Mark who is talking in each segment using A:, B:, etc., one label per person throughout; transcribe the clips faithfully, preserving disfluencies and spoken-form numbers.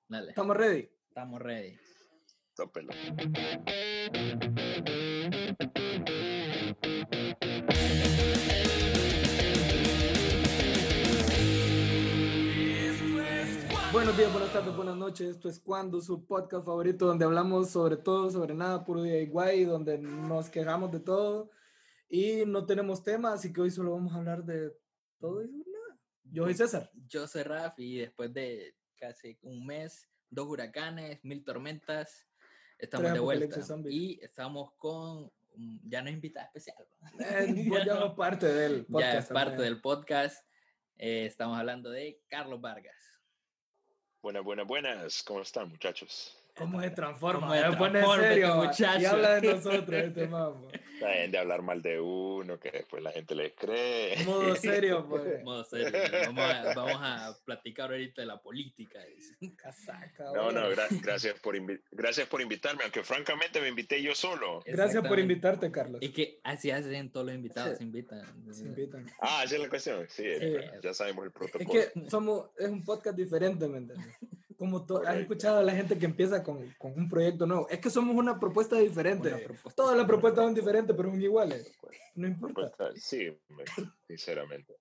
A: Dale.
B: ¿Estamos ready?
A: Estamos ready.
C: Tópelo.
B: Buenos días, buenas tardes, buenas noches. Esto es Cuando, su podcast favorito, donde hablamos sobre todo, sobre nada, puro día y guay, donde nos quejamos de todo y no tenemos tema, así que hoy solo vamos a hablar de todo y sobre nada. Yo soy César.
A: Yo soy Raf y después de casi un mes, dos huracanes, mil tormentas, estamos
B: Tres
A: de vuelta.
B: apocalipsis zombies.
A: Y estamos con, um, ya no es invitada especial.
B: Eh, pues ya
A: no.
B: es parte del podcast.
A: Ya es parte
B: también.
A: del podcast. Eh, estamos hablando de Carlos Vargas.
C: Buenas, buenas, buenas. ¿Cómo están, muchachos?
B: ¿Cómo se transforma?
A: ¿Cómo se
B: Se pone
A: transforma
B: serio
A: este
B: va,
A: muchacho?
B: y habla de nosotros este mambo.
C: La gente hablar mal de uno, que después la gente les cree.
B: Modo serio, pues.
A: Modo serio. Vamos a, vamos a platicar ahorita de la política. dice.
B: Casaca,
C: No, no,
B: bro.
C: gra- gracias, por invi- gracias por invitarme, aunque francamente me invité yo solo.
B: Gracias por
A: Exactamente.
B: invitarte, Carlos.
A: Es que así hacen todos los invitados, se invitan.
B: Se invitan.
C: Ah, esa es la cuestión. Sí,
B: Sí.
C: ya sabemos el
B: Es
C: protocolo.
B: que somos, es un podcast diferente, ¿me entiendes? Como to- has escuchado a la gente que empieza con, con un proyecto nuevo. Es que somos una propuesta diferente.
A: Una propuesta.
B: Todas las propuestas son diferentes, pero son iguales. No importa.
C: Pues, sí, me- sinceramente.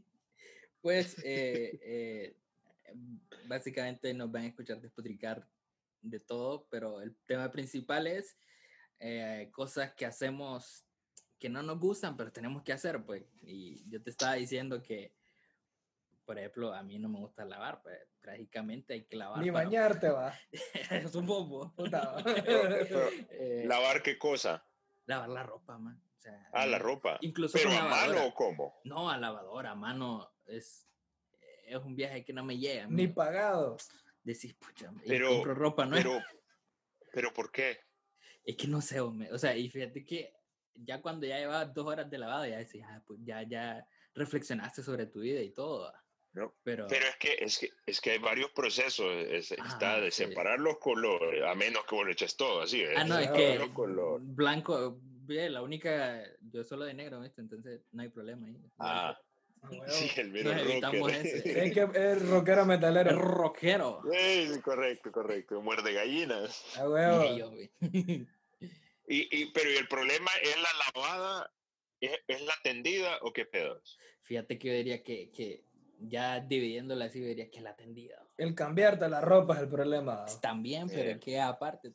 A: Pues eh, eh, básicamente nos van a escuchar despotricar de todo, pero el tema principal es eh, cosas que hacemos que no nos gustan, pero tenemos que hacer, pues. Y yo te estaba diciendo que, por ejemplo, a mí no me gusta lavar, pues trágicamente hay que lavar.
B: Ni
A: para-
B: bañarte, va.
A: es un bobo.
B: Puta, va.
C: Pero, pero,
A: Eh,
C: ¿lavar qué cosa?
A: lavar la ropa, man. O sea,
C: Ah, la ropa.
A: Incluso
C: ¿Pero
A: con
C: a
A: lavadora.
C: mano o cómo?
A: No, a lavadora, a mano es, es un viaje que no me llega.
B: Ni
A: amigo.
B: pagado.
A: Decís, pucha, y
C: Pero,
A: compro ropa nueva.
C: pero, pero ¿por qué?
A: Es que no sé, hombre. O sea, y fíjate que ya cuando ya llevabas dos horas de lavado, ya decís, ah, pues ya, ya reflexionaste sobre tu vida y todo.
C: No.
A: Pero,
C: Pero es que, es que, es que hay varios procesos. Es-
A: Ah,
C: está de
A: sí.
C: separar los colores, a menos que vos le eches todo así. ¿eh?
A: ah, no, es
B: Ah,
A: que
C: los colores.
A: blanco, ve, la única, yo solo de negro, ¿viste? Entonces no hay problema ahí.
C: Ah,
B: Ah, huevo.
C: sí, el mero
A: Nos evitamos
C: rocker.
A: ese.
B: Es que es rockero
A: El
B: metalero.
A: rockero.
C: Sí, correcto, correcto. Muerde gallinas.
B: A huevo.
A: Y yo, güey.
C: Y, y, pero ¿y el problema es la lavada? ¿Es, es la tendida o qué pedos?
A: Fíjate que yo diría que, que ya dividiéndola así, yo diría que la tendida.
B: El cambiarte la ropa es el problema.
A: También,
C: Eh.
A: pero que aparte.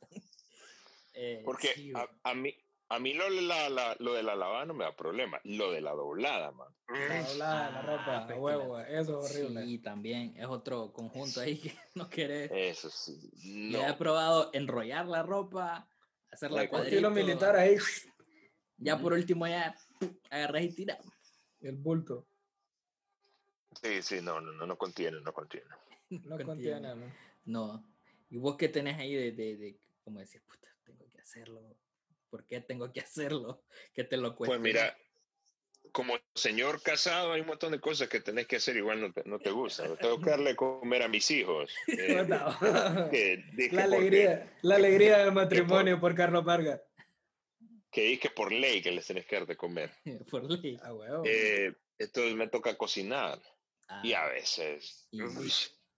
A: Eh,
C: Porque
A: sí,
C: a, a mí, a mí lo, de la, la- lo de la lavada no me da problema. Lo de la doblada, man.
B: La doblada de la ropa,
A: Ah, pues
B: a huevo,
A: que
B: eso es horrible.
A: Sí, también es otro conjunto ahí que no querés.
C: Eso sí.
A: Yo he
C: No.
A: probado enrollar la ropa, hacerla
C: Ay,
A: cuadrito.
B: Estilo militar ahí.
A: Ya por último ya agarrás y tiras.
B: El bulto.
C: Sí, sí, no, no, no, no contiene, no contiene.
B: No
A: Contiene.
B: contiene, ¿no?
A: No. ¿Y vos qué tenés ahí de, de, de como decir, puta, tengo que hacerlo? ¿Por qué tengo que hacerlo? Que te lo cueste.
C: Pues mira, como señor casado hay un montón de cosas que tenés que hacer, igual no te, no te gustan. Tengo que darle de comer a mis hijos. Eh,
B: Puta.
C: que dije
B: La
C: porque-
B: alegría, la alegría del matrimonio por Carlos Vargas.
C: que dije por ley que les tenés que dar de comer.
A: por ley.
B: A huevo.
C: Eh, entonces me toca cocinar.
A: Ah,
C: Y a veces.
A: Y-
C: uy.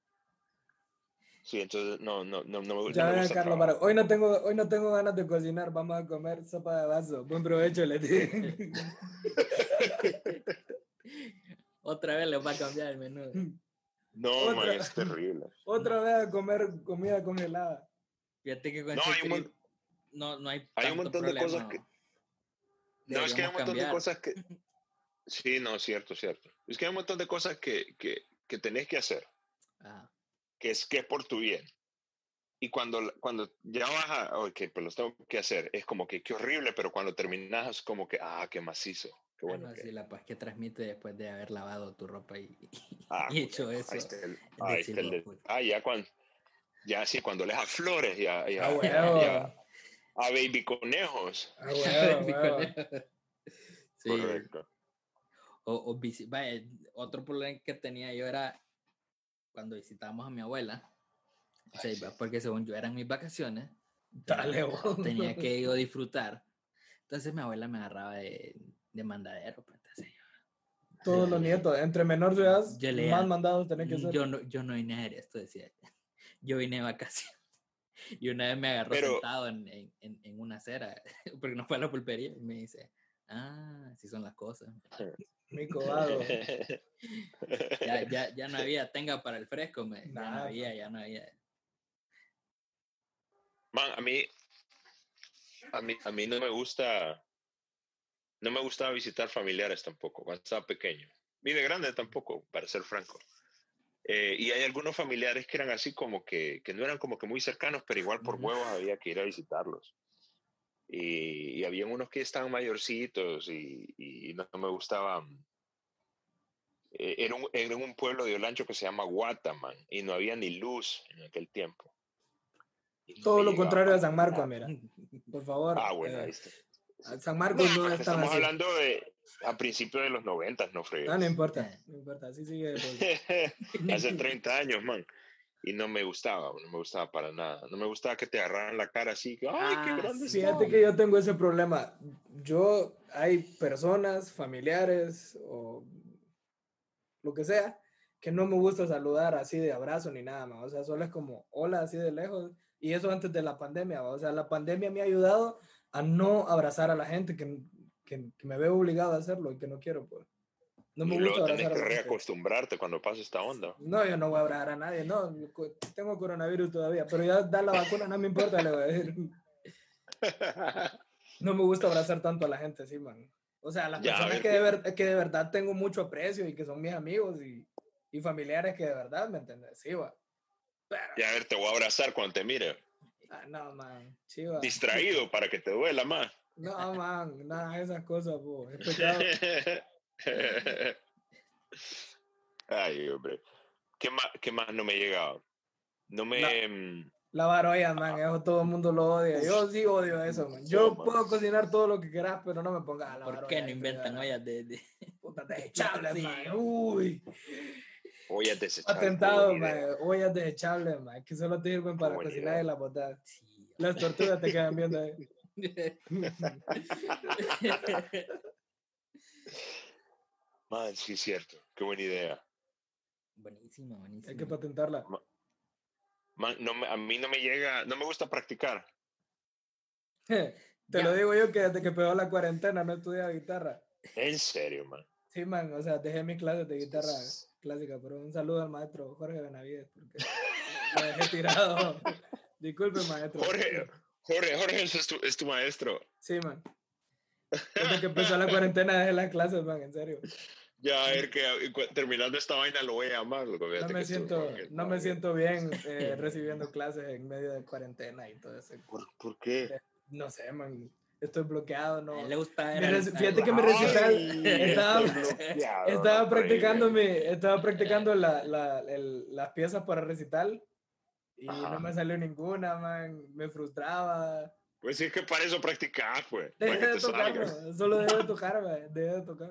C: Sí, entonces no, no, no, no, me-
B: Ya
C: no me
B: ven,
C: gusta
B: Carlos
C: trabajar.
B: Vargas. Hoy no tengo, hoy no tengo ganas de cocinar. Vamos a comer sopa de vaso. Buen provecho, le digo.
A: Otra vez les va a cambiar el menú.
C: No,
B: Otra-
C: man, es terrible.
B: Otra vez a comer comida congelada.
A: Fíjate que con
C: No,
A: ese
C: hay un
A: tri-
C: mon-
A: no, no hay
C: hay un
A: tanto
C: montón de
A: problema.
C: cosas que- No, es que hay un
A: Deberíamos
C: montón
A: cambiar.
C: de cosas que... Sí, no, cierto, cierto. Es que hay un montón de cosas que, que, que tenés que hacer,
A: Ah,
C: que es, que es por tu bien. Y cuando, cuando ya vas a, ok, pues los tengo que hacer, es como que qué horrible, pero cuando terminas es como que, ah, qué macizo, qué bueno.
A: bueno,
C: que-
A: sí, la paz que transmite después de haber lavado tu ropa y,
C: Ah,
A: y hecho eso.
C: Ahí está el,
A: es
C: ahí está el
A: decirlo,
C: de- ah, ya cuando, ya sí, cuando les a flores y a, y a-
B: A
C: y a-
B: huevo.
C: y a- a baby conejos.
B: A huevo, a huevo.
A: Sí.
C: Correcto.
A: O, o visi- vaya, otro problema que tenía yo era cuando visitábamos a mi abuela, o sea,
C: Ay, sí.
A: porque según yo eran mis vacaciones,
B: Dale, vos.
A: tenía que yo disfrutar. Entonces mi abuela me agarraba de, de mandadero. Pues, entonces, yo-
B: Todos los nietos, entre menor seas,
A: Yo leía-
B: más mandados tenés que hacer.
A: Yo no, yo no vine a hacer esto, decía. yo vine de vacaciones y una vez me agarró
C: Pero-
A: sentado en, en, en, en una acera porque no fue a la pulpería y me dice, ah, así son las cosas.
B: Mi cobado.
A: Ya, ya, ya no había tenga para el fresco, me, ya no
B: Nada,
A: había,
B: man.
A: ya no había.
C: Man, a mí, a mí, a mí no me gusta, no me gustaba visitar familiares tampoco, cuando estaba pequeño. Ni de grande tampoco, para ser franco. Eh, y hay algunos familiares que eran así como que, que no eran como que muy cercanos, pero igual por
A: Ujú.
C: huevos había que ir a visitarlos. Y, y había unos que estaban mayorcitos y, y no me gustaban. Eh, era, un, era un pueblo de Olancho que se llama Guataman y no había ni luz en aquel tiempo. Y no
B: Todo
C: me
B: lo
C: llegaba
B: contrario de
C: para
B: San Marcos,
C: nada.
B: mira. Por favor.
C: Ah, bueno,
B: eh,
C: ahí está.
B: San
C: No,
B: Marcos no
C: pero
B: es
C: que
B: tan
C: estamos
B: así.
C: hablando de a principios de los noventas, no
B: Ah, no
C: fregues.
B: importa.
A: Eh.
B: No importa. Así sigue. Pues.
C: Hace treinta años, man. Y no me gustaba, no me gustaba para nada. No me gustaba que te agarraran la cara así, que, ¡ay, qué
A: Ah,
C: grande
A: sí.
C: está!
B: Fíjate que yo tengo ese problema. Yo, hay personas, familiares o lo que sea, que no me gusta saludar así de abrazo ni nada más. O sea, solo es como hola así de lejos. Y eso antes de la pandemia. ¿va? O sea, la pandemia me ha ayudado a no abrazar a la gente que, que, que me veo obligado a hacerlo y que no quiero, pues. No me
C: Y
B: gusta
C: luego tenés
B: abrazar a
C: que
B: la gente.
C: reacostumbrarte cuando pase esta onda.
B: No, yo no voy a abrazar a nadie. No, co- tengo coronavirus todavía, pero ya da la vacuna, no me importa, le voy a decir. No me gusta abrazar tanto a la gente, sí, man. O sea, las
C: Ya, a
B: personas
C: ver,
B: que de, ver- que de verdad tengo mucho aprecio y que son mis amigos y, y familiares que de verdad, ¿me entiendes? Sí, va. Pero,
C: ya, a ver, te voy a abrazar cuando te mire.
B: ah, no, man, chiva.
C: Distraído para que te duela más.
B: No, man, nada de esas cosas, po. Es pecado.
C: Ay, hombre. ¿Qué más, qué más no me llegaba? No
B: La,
C: me... mm,
B: la varolla, man, eso todo el mundo lo odia.
C: uf,
B: Yo sí odio eso, man.
C: no,
B: Yo
C: man.
B: puedo cocinar todo lo que quieras, pero no me pongas a la
A: ¿Por
B: varolla
A: qué no
B: ahí
A: inventan
B: fregadera.
A: ollas de, de...
B: Puta, desechables,
A: Sí,
B: man.
A: hombre.
B: Uy.
C: Ollas desechables, qué
B: Atentado,
C: buena idea.
B: man. Ollas desechables, man. Que solo te sirven
C: Qué
B: para
C: buena
B: cocinar
C: idea.
B: y las botas.
A: Sí,
B: Las tortugas te quedan viendo ahí.
C: Man, sí, es cierto. Qué buena idea.
A: Buenísimo,
B: Hay
A: buenísimo.
B: que patentarla.
C: Ma- Man, no me- a mí no me llega, no me gusta practicar.
B: Te
A: Ya.
B: lo digo yo que desde que pegó la cuarentena no estudiaba guitarra.
C: En serio, man.
B: Sí, man, o sea, dejé mis clases de guitarra clásica, pero un saludo al maestro Jorge Benavides, porque lo dejé tirado. Disculpe, maestro.
C: Jorge, Jorge, Jorge es tu, es tu maestro.
B: Sí, man. Desde que empezó la cuarentena dejé las clases, man, en serio.
C: Ya, a ver, que cu- terminando esta vaina lo voy a llamar. loco,
B: No
C: fíjate
B: me
C: que estuve
B: siento,
C: con él,
B: no
C: man.
B: me siento bien eh, recibiendo clases en medio de cuarentena y todo eso.
C: ¿Por, por qué?
B: No sé, man. Estoy bloqueado, no.
A: A él le gusta
B: Mi
A: ver
B: reci-
A: al-
B: Fíjate que mi
A: al-
B: recital
C: Ay,
B: estaba,
C: estoy bloqueado,
B: estaba
C: no
B: practicando mi,
C: fregues.
B: estaba practicando la, la, el- las piezas para recital y
C: Ajá.
B: no me salió ninguna, man. Me frustraba.
C: Pues sí, es que para eso practicás, pues. Para
B: Dejé
C: que
B: de
C: te salga.
B: tocarlo, solo dejé de tocar, man. Dejé de tocar.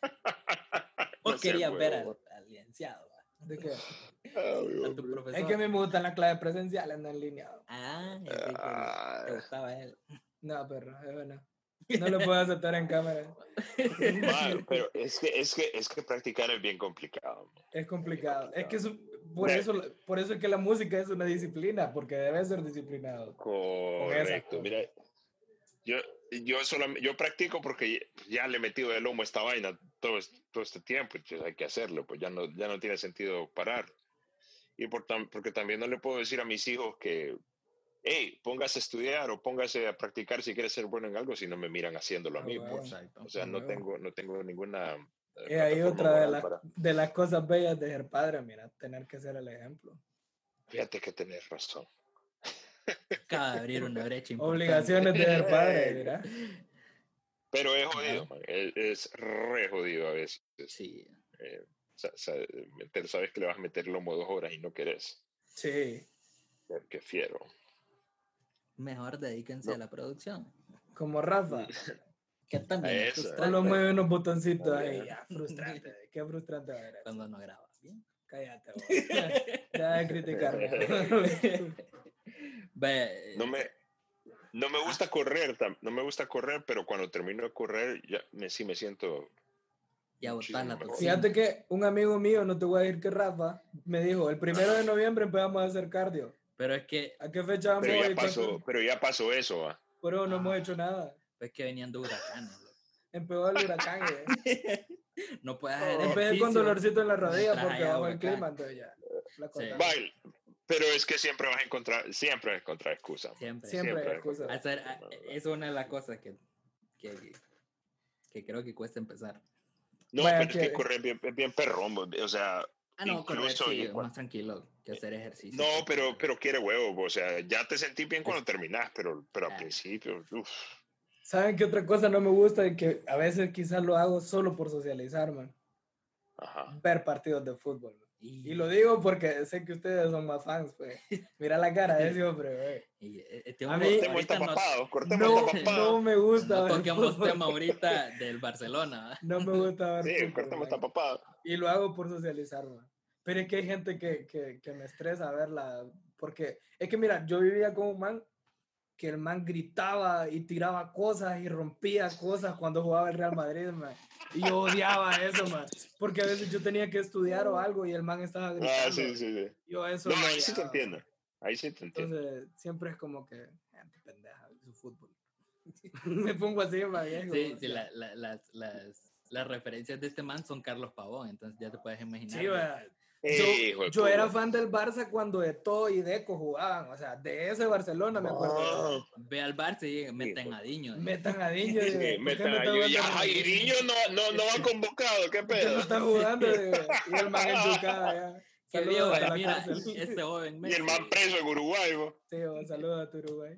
A: Vos
C: No seas
A: querías ver
C: huevo,
A: al, al licenciado, va.
B: ¿De qué?
C: Ay,
A: A tu
C: hombre.
A: profesor.
B: Es que me gustan las clases presenciales, no en línea.
A: Ah, yo creí que le- te
C: Ah,
A: gustaba él.
B: No, perro, es bueno. No lo puedo aceptar en cámara.
C: man, pero es que, es que, es que practicar es bien complicado. man.
B: Es complicado. Es que
C: complicado.
B: eso- por,
C: Ne-
B: eso, por eso es que la música es una disciplina, porque debe ser disciplinado. Con esas
C: Correcto.
B: cosas.
C: Mira, yo, yo, solo, yo practico porque ya le he metido de lomo a esta vaina todo, es- todo este tiempo, entonces hay que hacerlo, pues ya no, ya no tiene sentido parar. Y por tam- porque también no le puedo decir a mis hijos que, hey, póngase a estudiar o póngase a practicar si quiere ser bueno en algo si no me miran haciéndolo a
B: Ah,
C: mí,
B: bueno.
C: pues.
A: Exacto.
C: O sea,
B: Ah,
C: no
B: bueno.
C: tengo, no tengo ninguna eh,
B: Es ahí
C: plataforma
B: otra de,
C: moral
B: las
C: para...
B: de las cosas bellas de ser padre, mira, tener que ser el ejemplo.
C: Fíjate que tenés razón.
A: Acaba de abrir una brecha importante.
B: Obligaciones de ser padre, mira.
C: Pero es jodido,
A: Ajá.
C: man. Es, es re jodido a veces.
A: Sí.
C: Eh, sa- sa- meter- sabes que le vas a meter lomo dos horas y no querés.
B: Sí,
C: Eh, Qué fiero.
A: Mejor dedíquense
C: No.
A: a la producción.
B: como Rafa.
A: Que también
C: A
A: es
C: eso,
A: frustrante
B: Solo mueve unos botoncitos
C: También.
B: ahí, ya, frustrante. Qué frustrante va a ver eso.
A: cuando no grabas bien.
B: Cállate, vos. Deja de criticarme.
A: Ve,
C: No me, no me gusta correr, tam- no me gusta correr, pero cuando termino de correr ya me, sí me siento
A: ya botas
C: muchísimo
A: la
C: mejor.
A: toxina.
B: Fíjate que un amigo mío, no te voy a decir que Rafa, me dijo, el primero de noviembre empezamos a hacer cardio.
A: Pero es que...
B: ¿A qué fecha vamos?
C: Pero ya pasó, pero ya pasó eso, ¿va?
B: Pero no
A: ah,
B: hemos hecho nada.
A: Es que venían de huracanes.
B: Empezó el huracán. ¿eh?
A: No puedes hacer
B: Empecé con dolorcito en la rodilla
A: mientras
B: porque
A: haya
B: bajo el
A: huracán.
B: clima, entonces ya. La
A: Sí.
B: cortamos.
C: Bail, pero es que siempre vas a encontrar, siempre vas a encontrar excusas.
A: Siempre.
B: Siempre hay
C: Siempre.
B: excusas.
A: Hacer, a- es una de las cosas que, que, que creo que cuesta empezar.
C: No,
B: Vaya,
C: pero es
B: que-
C: que correr es bien, es bien perrón, o sea,
A: Ah, no, correr
C: incluso
A: sí,
C: igual-
A: más tranquilo que hacer ejercicio.
C: no,
A: porque-
C: pero, pero quiere huevo, o sea, ya te sentís bien cuando
A: Es-
C: terminás, pero, pero al
A: Ah.
C: principio, uff.
B: ¿Saben qué otra cosa no me gusta? Y que a veces quizás lo hago solo por socializar, man.
C: Ajá.
B: Ver partidos de fútbol. Man.
A: Y,
B: Y lo digo porque sé que ustedes son más fans, pues. Mira la cara de ese hombre, güey.
A: y, eh, este
B: A
A: hombre
B: mí-
C: Cortemos
A: ahorita
C: esta
A: no,
C: papado, cortemos
B: No,
C: esta papado.
B: no me gusta
A: no
B: ver
A: toquemos
B: fútbol.
A: tema ahorita del Barcelona. ¿va?
B: No me gusta ver
C: Sí,
B: fútbol,
C: cortemos
B: man.
C: esta papado.
B: Y lo hago por socializar, man. Pero es que hay gente que, que, que me estresa verla. Porque es que, mira, yo vivía con un man que el man gritaba y tiraba cosas y rompía cosas cuando jugaba el Real Madrid, man. Y yo odiaba eso, man. Porque a veces yo tenía que estudiar o algo y el man estaba gritando.
C: Ah, sí, sí, sí.
B: Yo eso
C: No,
B: lo
C: ahí sí te
B: odiaba,
C: entiendo.
B: man.
C: Ahí sí te entiendo.
B: Entonces, siempre es como que, gente pendeja, su fútbol. Me pongo así, man. viejo,
A: Sí,
B: man.
A: sí, la- la- las, las, las referencias de este man son Carlos Pavón, entonces ya te puedes imaginar.
B: Sí,
A: ¿no?
B: man.
C: Eh, hijo
B: Yo,
C: de
B: yo
C: puta.
B: era fan del Barça cuando Eto'o y Deco jugaban, o sea, de ese Barcelona me acuerdo.
C: Ah,
A: Ve al Barça y meten
C: Hijo.
A: a Diño.
B: Metan a Diño, digo,
C: sí,
B: ¿por qué
C: metan
B: no
C: a
B: está
C: yo,
B: jugando
C: ya,
B: Ronaldinho?
C: Jairiño no, no, no ha convocado, qué
B: ¿Por qué no
C: pedo.
B: está jugando? Digo, y el man enchucada ya.
A: Qué
B: Saludos
A: viejo,
B: hasta la
A: mira,
B: cárcel.
A: ese joven
C: Y
A: Messi.
C: el man preso en Uruguay, bo.
B: Sí, man, saludos a tu Uruguay.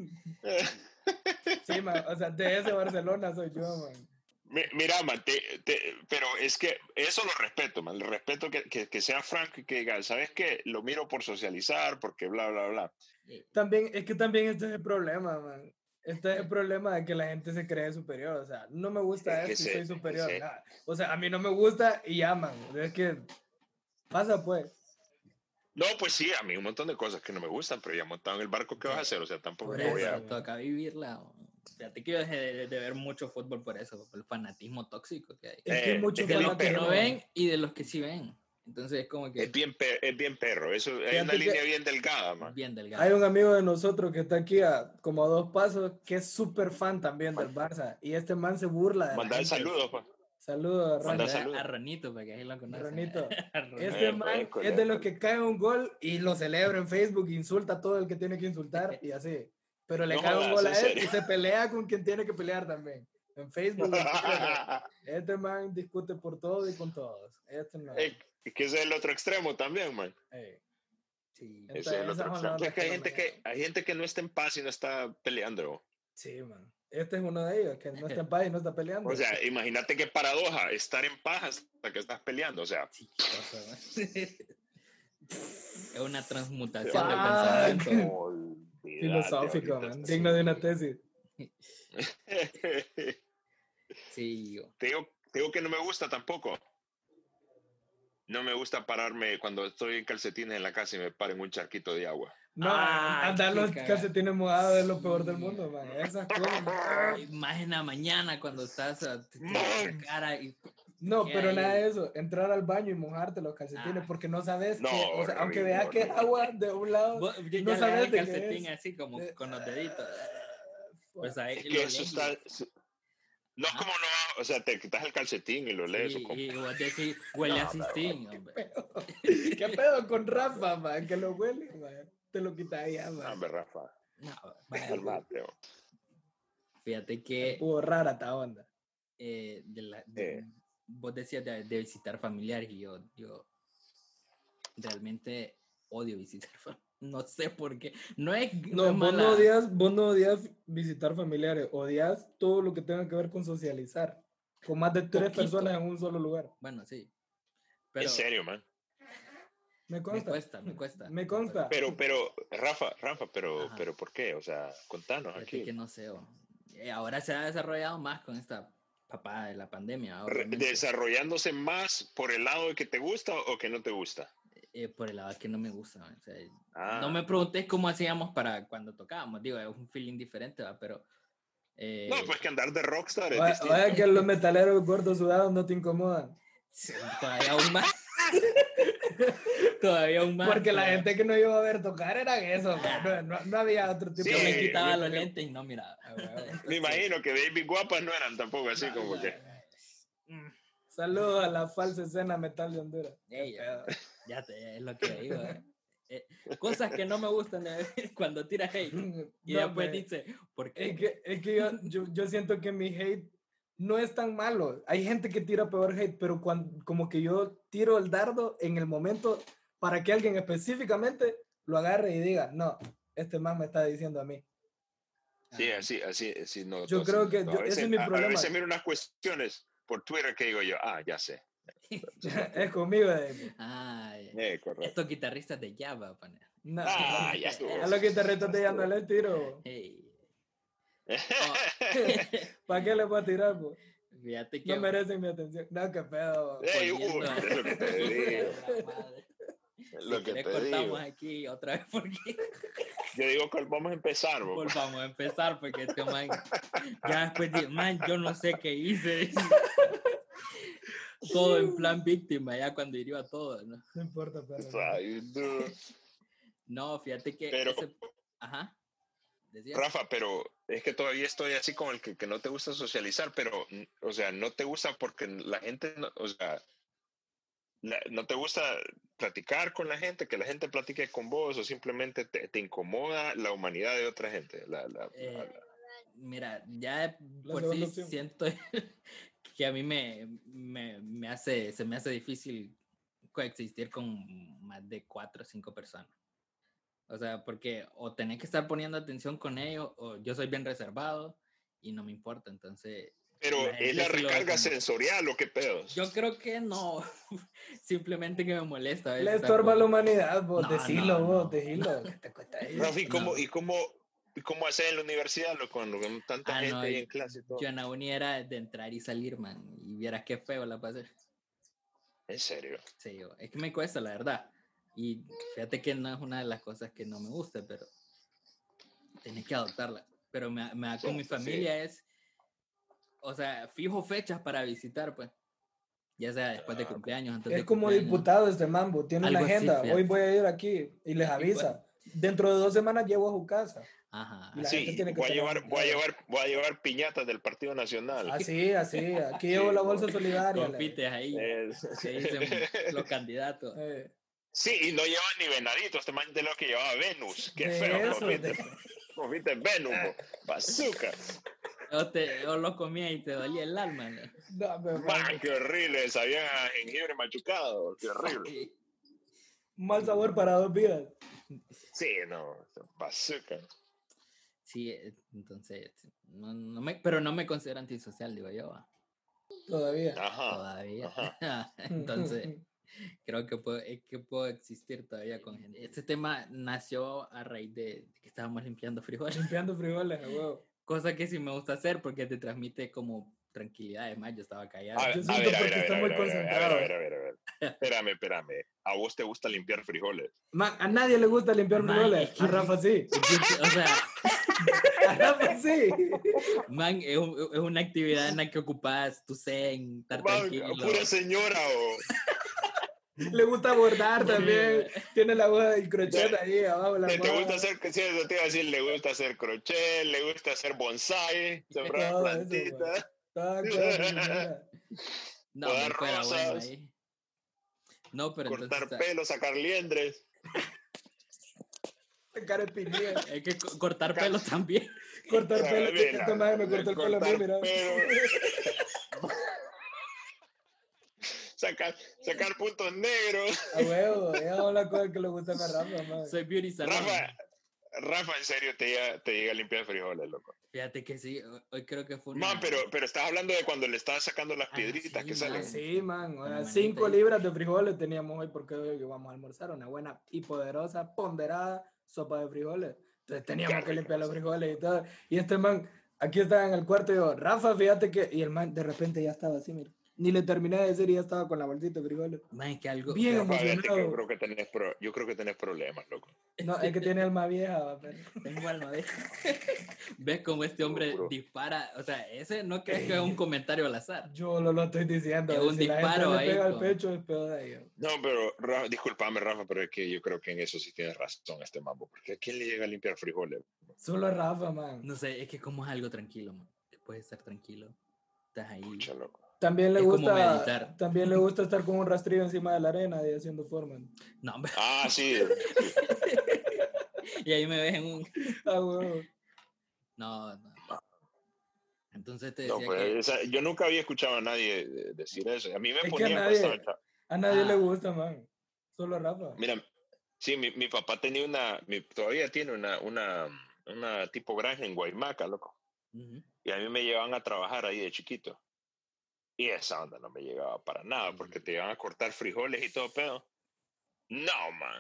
B: Sí, man, o sea, de ese Barcelona soy yo, man.
C: Mi- Mira, man, te- te- pero es que eso lo respeto, man. Le respeto que, que, que sea franco y que diga, ¿sabes qué? Lo miro por socializar, porque bla, bla, bla.
B: También, es que también este es el problema, man. Este es el problema de que la gente se cree superior, o sea, no me gusta
C: Es que
B: esto y
C: se-
B: soy superior,
C: se-
B: nada. O sea, a mí no me gusta y ya, man. Es que pasa, pues.
C: No, pues sí, a mí un montón de cosas que no me gustan, pero ya montado en el barco, ¿qué vas a hacer? O sea, tampoco
B: Por
C: me voy
B: eso,
C: a...
B: man.
A: Toca vivirla. o- Fíjate que yo dejé de, de ver mucho fútbol por eso, por el fanatismo tóxico que hay.
B: Es que
C: Eh,
B: mucho
C: es que
A: De los que
B: fanatismo,
A: no
B: man.
A: ven y de los que sí ven. Entonces es como que
C: Es bien, pe- es bien perro, eso, hay
B: Fíjate
C: una
B: que-
C: línea bien delgada, man.
A: bien delgado.
B: Hay un amigo de nosotros que está aquí a como a dos pasos que es súper fan también del Barça y este man se burla de la
C: Mandar
B: gente.
C: saludos, pa.
B: Saludos, Ron.
C: Manda
A: Saluda
C: saludos.
A: a Ronito, para que ahí lo conocen.
B: Ronito.
A: A Ronito.
B: Este
C: Eh,
B: man
C: école,
B: es de los
C: école.
B: que cae un gol y lo celebra en Facebook, insulta a todo el que tiene que insultar y así. Pero le
C: No
B: cae un
C: jodas,
B: gol
C: ¿en
B: a él
C: serio?
B: y se pelea con quien tiene que pelear también. En Facebook. en Twitter, este man discute por todo y con todos. Este no.
C: Es que ese es el otro extremo también, man.
B: Ey.
A: Sí.
B: Esta-
C: Ese es el
B: esas
C: otro
B: son las
C: extremo. Es que hay
B: ondas
C: gente
B: no
C: que,
B: me-
C: hay gente que no está en paz y no está peleando. bo.
B: Sí, man. Este es uno de ellos que no está en paz y no está peleando.
C: O sea, imagínate qué paradoja, estar en paz hasta que estás peleando. O sea,
A: Chistoso, ¿no? Es una transmutación
B: Fuck.
A: de pensamiento.
C: olvídate,
B: Filosófico,
C: ahorita
B: man.
C: sí.
B: Digno de una tesis.
A: Sí, yo.
C: te, digo, te digo que no me gusta tampoco. No me gusta pararme cuando estoy en calcetines en la casa y me paren un charquito de agua.
B: No,
A: Ay,
B: andar
A: qué
B: los
A: cagada.
B: calcetines mojados es lo peor del mundo, man. Esas cosas.
A: Ay, Más en la mañana cuando estás a te- te- la cara y
B: No,
A: ¿Qué
B: pero
A: hay?
B: nada de eso. Entrar al baño y mojarte los calcetines
A: Ah.
B: porque no sabes
C: No,
B: que, o sea, aunque
C: horrible,
B: veas que es
C: horrible.
B: agua de un lado,
A: vos ya,
B: no
A: ya
B: sabes
A: le das el
B: de qué
A: calcetín
B: es.
A: así como
B: Eh,
A: con los deditos. Pues ahí
C: Es
A: lo
C: que eso
A: lees
C: está...
A: y-
C: No es
A: Ajá.
C: como no, o sea, te quitas el calcetín y lo lees.
A: Sí,
C: o como-
A: y vos decís, huele a
C: No, pero-
A: cistín, hombre.
B: ¿Qué pedo con Rafa, man? Que lo huele, man. Te lo quita ya,
C: No,
B: man.
C: hombre, Rafa,
A: No, vaya,
C: calmate. bo.
A: fíjate que
B: Estuvo rara esta onda.
A: eh, de la, de-
C: Eh.
A: vos decías de, de visitar familiares y yo, yo realmente odio visitar familiares. No sé por qué. No es,
B: No,
A: es
B: vos
A: mala-
B: no, odias, vos no odias visitar familiares, odias todo lo que tenga que ver con socializar. Con más de tres
A: Poquito.
B: personas en un solo lugar.
A: Bueno, sí. Pero
C: En serio, man.
B: Me
A: me
B: consta.
A: cuesta, me cuesta.
B: Me consta.
C: Pero, pero, Rafa, Rafa, pero,
A: Ajá.
C: pero, ¿por qué? O sea, contanos
A: Fíjate
C: aquí.
A: que no sé. o- eh, ahora se ha desarrollado más con esta papada de la pandemia.
C: Re-
A: obviamente.
C: ¿Desarrollándose más por el lado de que te gusta o que no te gusta?
A: Eh, por el lado que no me gusta. o sea,
C: Ah,
A: No me preguntes cómo hacíamos para cuando tocábamos. Digo, es un feeling diferente, ¿va? Pero. eh,
C: no, pues que andar de rockstar es
B: Oye,
C: distinto.
B: oye, que los metaleros gordos sudados no te incomodan.
A: sí, todavía aún más. Todavía un más.
B: Porque la gente que no iba a ver tocar eran eso, no, no, no había otro tipo
C: Sí,
A: Yo
B: de...
A: me quitaba
C: yo-
A: los
C: yo-
A: lentes y no miraba.
C: Me imagino que David Guapas no eran tampoco así como que.
B: Saludos a la falsa escena metal de Honduras. Qué
A: Ey,
B: pedo.
A: ya te, es lo que digo. eh. Eh, cosas que no me gustan de, cuando tira hate. Y
B: No,
A: después
B: me-
A: dice, ¿por qué?
B: Es que, es que yo, yo, yo siento que mi hate no es tan malo. Hay gente que tira peor hate, pero cuando, como que yo tiro el dardo en el momento para que alguien específicamente lo agarre y diga, no, este man me está diciendo a mí.
C: Sí,
A: Ah,
C: así, así, así no.
B: Yo
C: así
B: creo
C: no.
B: que
C: A
B: yo- ese
C: veces,
B: es mi
C: a- a
B: problema.
C: veces miro unas cuestiones por Twitter que digo yo, ah, ya sé.
B: Es conmigo, David.
A: ah, ya.
C: Eh, correcto.
A: Estos guitarristas de Java, poner.
B: No,
C: Ah, ya estuvo.
B: a los guitarristas te llaman el tiro.
A: Hey.
B: ¿Para qué le voy a tirar? Po?
A: Fíjate que
B: No merecen mi atención. No, qué pedo.
C: Ey, uy,
A: volviendo a-
C: es lo que te digo.
A: La madre.
C: Es lo
A: Si
C: que
A: querés
C: te
A: cortamos
C: digo.
A: aquí otra vez porque
C: Yo digo que vamos a empezar, bo.
A: volvamos a empezar porque este man ya después de man yo no sé qué hice. Todo en plan víctima ya cuando hirió a todo, ¿no?
B: No importa, pero.
C: Ay, no.
A: No, fíjate que
C: Pero-
A: ese- ajá. Decía.
C: Rafa, pero es que todavía estoy así como el que, que no te gusta socializar, pero, mm, o sea, no te gusta porque la gente, no- o sea, la- no te gusta platicar con la gente, que la gente platique con vos, o simplemente te, te incomoda la humanidad de otra gente. La, la- la-
A: Eh,
C: la-
A: Mira, ya
B: La
A: por
B: segunda
A: sí
B: opción.
A: siento que a mí me, me, me hace, se me hace difícil coexistir con más de cuatro o cinco personas. O sea, porque o tenés que estar poniendo atención con ellos, o yo soy bien reservado y no me importa, entonces...
C: pero
A: la gente
C: es la
A: sí lo ve
C: recarga
A: como-
C: sensorial, ¿o qué pedos?
A: Yo creo que no, simplemente que me molesta. a veces
B: Le
A: estar
B: estorba
A: con-
B: la humanidad, vos.
A: No,
B: decilo,
A: no,
B: vos,
A: no.
B: decilo. ¿Qué te cuesta ahí?
C: Rafa, ¿y cómo,
A: No.
C: y cómo, y cómo haces en la universidad lo, cuando con tanta
A: Ah,
C: gente
A: no,
C: ahí en clase y todo?
A: yo en la uni era de entrar y salir, man, y vieras qué feo la pasé.
C: En serio.
A: Sí, yo- es que me cuesta, la verdad. Y fíjate que no es una de las cosas que no me gusta, pero tenés que adoptarla. Pero me, me da con
C: Sí,
A: mi
C: sí.
A: familia es, o sea, fijo fechas para visitar, pues. Ya sea después de
C: Ah,
A: cumpleaños, antes
B: Es
A: de
B: como
A: cumpleaños.
B: diputado este mambo. Tiene una
A: Algo así,
B: agenda.
A: fíjate.
B: Hoy voy a ir aquí. Y les
A: Igual.
B: avisa. Dentro de dos semanas llego a su casa.
A: Ajá.
B: Y la
C: Sí,
B: gente tiene que
C: voy a,
B: tener
C: llevar,
B: un
C: voy, a
B: pedo.
C: llevar, voy a llevar piñatas del Partido Nacional.
B: Así, así. Aquí llevo
C: Sí,
B: la bolsa
C: bo.
B: solidaria. le-
A: Confites ahí,
C: Es-
A: que dicen los candidatos.
B: eh,
C: Sí, y no lleva ni venadito, este man de lo que llevaba Venus. Qué
B: de
C: feo,
B: eso,
C: confite.
B: de-
C: Confite Venus, bo. Bazooka.
A: O, te, o lo comía y te dolía el alma, ¿no?
B: No, pero,
C: Man, qué horrible, sabían a jengibre machucado, qué horrible.
B: mal sabor para dos vidas.
C: Sí, no, bazooka.
A: Sí, eh, entonces, no, no me, pero no me considero antisocial, digo yo, va,
B: Todavía.
C: Ajá.
A: todavía.
C: ajá.
A: Entonces, creo que puedo, es que puedo existir todavía con gente. Este tema nació a raíz de que estábamos limpiando frijoles,
B: Limpiando frijoles, a huevo.
A: cosa que sí me gusta hacer porque te transmite como tranquilidad. Además, yo estaba callado.
C: A ver,
B: Yo
C: a
B: siento
C: ver, a
B: porque
C: ver, a
B: está
C: ver,
B: muy
C: a ver, a ver,
B: concentrado.
C: a ver, a ver, a ver. Espérame, espérame. ¿A vos te gusta limpiar frijoles?
B: Man, a nadie le gusta limpiar
A: Man,
B: frijoles.
A: es que-
B: A Rafa sí.
A: O sea,
B: A Rafa sí.
A: man, es, un- es una actividad en la que ocupas tu zen, estar
C: Man,
A: tranquilo.
C: pura señora, o...
B: Le gusta bordar también.
A: Sí,
B: Tiene la hoja del crochet ahí abajo. La
C: ¿Te, te
B: mano.
C: gusta hacer, sí, eso te iba a decir, le gusta hacer crochet, le gusta hacer bonsai, sembrar
B: Todo eso,
C: plantitas.
B: Toda cosa, señora.
A: no,
C: podar
A: me fuera bueno
C: rosas,
A: ahí. No, pero
C: cortar
A: entonces...
C: pelo, sacar liendres.
B: Sacar espinillas.
A: Hay que co- cortar pelo también.
B: Cortar
C: Ah,
B: pelo.
C: mira,
B: Esta madre me cortó el pelo a mí,
C: cortar
B: mira.
C: pelo. sacar, sacar puntos negros.
B: A huevo, esa es la cosa que le gusta a Rafa, madre.
A: Soy beauty salon.
C: Rafa, Rafa, en serio, te llega, te llega a limpiar frijoles, loco.
A: Fíjate que sí, hoy- hoy creo que fue una...
C: Man, pero, pero estás hablando de cuando le estabas sacando las
A: Ah,
C: piedritas
A: sí,
C: que
A: man.
C: salen.
B: Sí, man. O
A: Con
B: sea,
A: la
B: cinco
A: manita ahí.
B: libras de frijoles teníamos hoy porque hoy vamos a almorzar una buena y poderosa, ponderada sopa de frijoles. Entonces teníamos
C: Qué
B: que
C: rico,
B: limpiar los
C: sí.
B: frijoles y todo. Y este man, aquí estaba en el cuarto y yo, Rafa, fíjate que... Y el man de repente ya estaba así, mira. Ni le terminé de decir y ya estaba con la bolsita de frijoles.
A: Man, es que algo...
B: Bien
C: Rafa, fíjate que yo
B: emocionado.
C: creo que tenés, pro- yo creo que tenés problemas, loco.
B: No, es que tiene alma vieja, va, pero...
A: Tengo alma de... ¿Ves cómo este
C: Puro,
A: hombre
C: puro.
A: dispara? O sea, ese no crees que es un comentario al azar.
B: Yo lo, lo estoy diciendo.
A: Es un
B: si la gente
A: disparo
B: le
A: ahí
B: pega al
A: con-
B: pecho, es peor de ellos.
C: No, pero Rafa, discúlpame, Rafa, pero es que yo creo que en eso sí tienes razón este mambo. Porque ¿a quién le llega a limpiar frijoles?
B: Solo Rafa, man.
A: No sé, es que como es algo tranquilo, man. Que puedes estar tranquilo. Estás ahí.
C: Pucha, loco.
B: También le
A: Es como
B: gusta,
A: meditar.
B: también le gusta estar con un rastrillo encima de la arena y haciendo forma.
A: No, hombre.
C: Ah, sí. sí.
A: Y ahí me ves en un...
B: Ah, huevo.
A: No, no. Entonces te
C: No,
A: decía
C: pues,
A: que...
C: esa- yo nunca había escuchado a nadie de- decir eso. A mí me
B: Es que a
C: ponían
B: nadie,
C: bastante.
B: a nadie
A: Ah.
B: le gusta, man. Solo a Rafa.
C: Mira, sí, mi, mi papá tenía una, mi- todavía tiene una, una, una tipo granja en Guaymaca, loco.
A: Ujú.
C: Y a mí me llevaban a trabajar ahí de chiquito. Y esa onda no me llegaba para nada, porque te iban a cortar frijoles y todo pedo. No, man.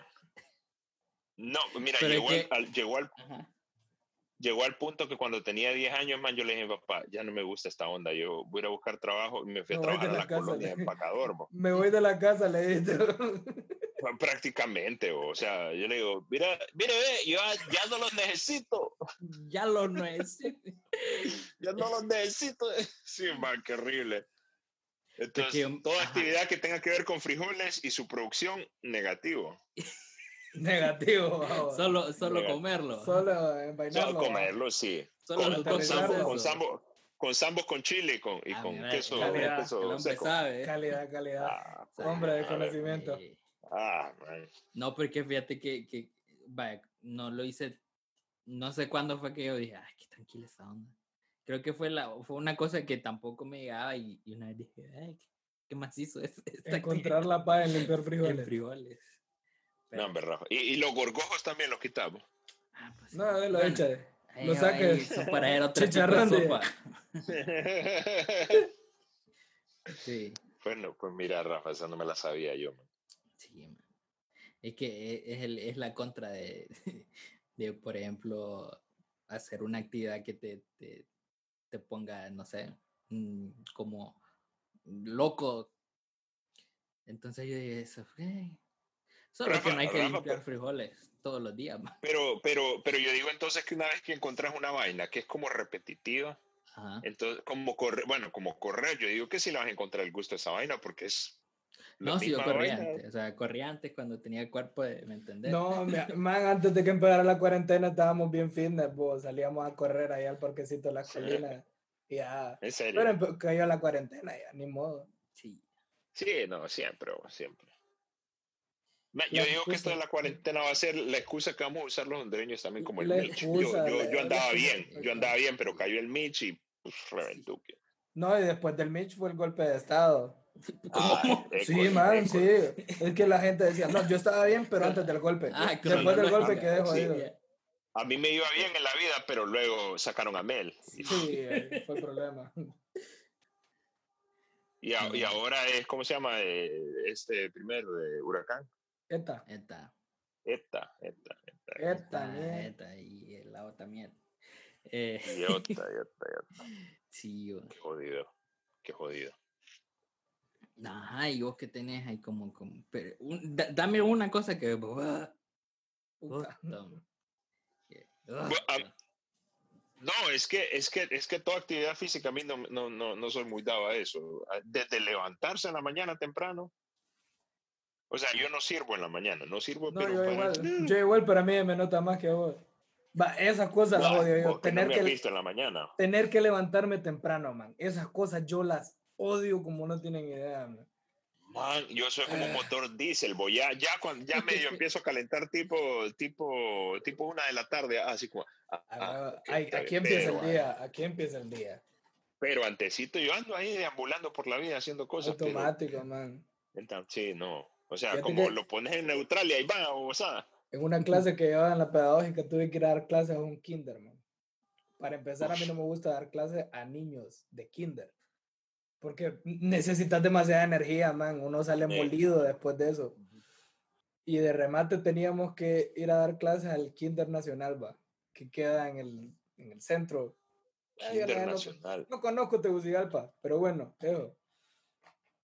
C: No, mira,
A: Pero es
C: llegó,
A: que-
C: al, al- llegó, al,
A: Ajá.
C: llegó al punto que cuando tenía diez años, man, yo le dije, papá, ya no me gusta esta onda, yo voy a ir a buscar trabajo y me fui a
B: Me voy de
C: trabajar a
B: la
C: la
B: casa,
C: colonia
B: le-
C: de empacador, bo.
B: Me voy de la casa, le he dicho.
C: Prácticamente, bo. O sea, yo le digo, mira, mire, ve, yo ya, ya no los necesito,
A: Ya lo no es.
C: ya no los necesito. Sí, man, qué horrible. Entonces,
A: Porque yo-
C: toda
A: ajá.
C: actividad que tenga que ver con frijoles y su producción, negativo.
B: Negativo, vamos.
A: Solo, solo
C: Negativo.
A: comerlo.
B: Solo
C: Solo
B: envainarlo.
C: comerlo, sí.
A: Solo
C: Con,
A: los
C: con,
B: aterrizarlo.
C: sambo,
A: dos
C: con, sambo, con sambos con chile y con, y
A: Ah,
C: con
A: mira,
C: queso,
A: el hombre-
B: calidad.
C: queso
A: el hombre
C: seco.
A: sabe. ¿eh?
B: Calidad, calidad.
C: Ah,
A: Sabe,
B: Hombre de
C: a ver,
B: conocimiento.
A: eh,
C: ah, man.
A: No, porque fíjate que, que vaya, no lo hice, no sé cuándo fue que yo dije, ay, qué tranquila esa onda. Creo que fue, la, fue una cosa que tampoco me llegaba y, y una vez dije, ay, qué, qué macizo es esta
B: Encontrar la paz en limpiar
A: actividad
B: frijoles.
A: en frijoles.
C: No,
A: Pero-
C: hombre, Rafa. Y, y los gorgojos también los quitamos.
A: ah, pues sí.
B: No, lo
A: Bueno,
B: echa.
A: ahí
B: Lo
A: va,
B: saca.
A: ahí son para hacer otro tipo de
B: Chicharrón de-
A: sopa. Sí,
C: Bueno, pues mira, Rafa, esa no me la sabía yo, man.
A: sí, man. Es que es, el- es la contra de, de, por ejemplo, hacer una actividad que te, te, te ponga, no sé, mm, como loco. Entonces yo dije, eso, eh, solo
C: Rafa,
A: que no hay que
C: Rafa,
A: limpiar
C: pero-
A: frijoles todos los días, man.
C: Pero, pero, pero yo digo entonces que una vez que encontrás una vaina que es como repetitiva,
A: Ajá.
C: entonces, como correr, bueno, como correr, yo digo que sí le vas a encontrar el gusto a esa vaina porque es la
A: No, si yo
C: misma
A: corría
C: vaina.
A: antes, o sea, corría antes cuando tenía el cuerpo de, ¿me entendés?
B: No, me- man, antes de que empezara la cuarentena estábamos bien fitness, vos. Salíamos a correr allá al parquecito de las
C: Sí.
B: colinas. Y ya.
C: En serio.
B: Pero empe- cayó la cuarentena ya, ni modo.
A: Sí.
C: Sí, no, siempre, bro, siempre. Ma,
B: La
C: Yo digo que esto de
B: excusa.
C: la cuarentena va a ser la excusa que vamos a usar los hondureños también como el
B: La
C: Mitch. Yo,
B: excusa,
C: yo,
B: la-
C: yo
B: la
C: andaba
B: excusa
C: bien,
B: perfecta.
C: yo andaba bien, pero cayó el Mitch y pues, reventó. que-
B: No, y después del Mitch fue el golpe de estado.
C: Ah,
A: ¿Cómo?
C: eco,
B: Sí, man,
C: eco.
B: sí. Es que la gente decía, no, yo estaba bien, pero antes del golpe.
A: Ah,
B: Después del
A: cronológica.
B: golpe quedé
C: Sí.
B: jodido.
C: A mí me iba bien en la vida, pero luego sacaron a Mel. Y,
B: Sí, ahí fue el problema.
C: y, a- y
A: No.
C: ahora es, ¿cómo se llama? Eh, este primero de Huracán.
B: Eta,
A: Esta,
C: Eta, eta, eta.
B: eta,
A: esta,
B: mierda.
A: esta y el lado también. Eh,
C: Y ota, y ota, y ota.
A: sí, yo-
C: Qué jodido, qué jodido.
A: ajá, y vos que tenés ahí como, como pero un- da- dame una cosa que
B: Puta.
A: puta, que-
C: Bu- am- No, es que, es que, es que toda actividad física a mí no, no, no, no soy muy dado a eso. Desde levantarse en la mañana temprano. O sea, yo no sirvo en la mañana, no sirvo,
B: No,
C: pero
B: yo
C: para-
B: igual, yo igual, pero a mí me nota más que a vos. Va, esas cosas las
C: Buah,
B: odio yo.
C: vos que no
B: Tener
C: me has
B: que,
C: visto en la mañana.
B: tener que levantarme temprano, man. Esas cosas yo las odio como no tienen idea, man.
C: Man, yo soy como
B: Ah.
C: motor diésel, voy ya, ya cuando ya medio empiezo a calentar tipo, tipo, tipo una de la tarde, así como, ah,
B: Ah,
C: ah,
B: huevo.
C: ok,
B: Ay,
C: está
B: aquí
C: bien,
B: empieza
C: pero,
B: el día, aquí empieza el día.
C: pero antesito yo ando ahí deambulando por la vida haciendo cosas, pero,
B: Automático, man.
C: entonces, sí, no, o sea,
B: Fíjate
C: como
B: que-
C: lo pones en neutral y ahí va, o sea,
B: En una clase que llevaba en la pedagógica tuve que ir a dar clases a un kinder, man. Para empezar, a mí no me gusta dar clases a niños de kinder. Porque necesitas demasiada energía, man. Uno sale
C: Sí.
B: molido después de eso. Y de remate teníamos que ir a dar clases al Kinder Nacional, va, que queda en el, en el centro. Ay, yo la verdad no-
C: internacional.
B: No, conozco Tegucigalpa, pero bueno, eso.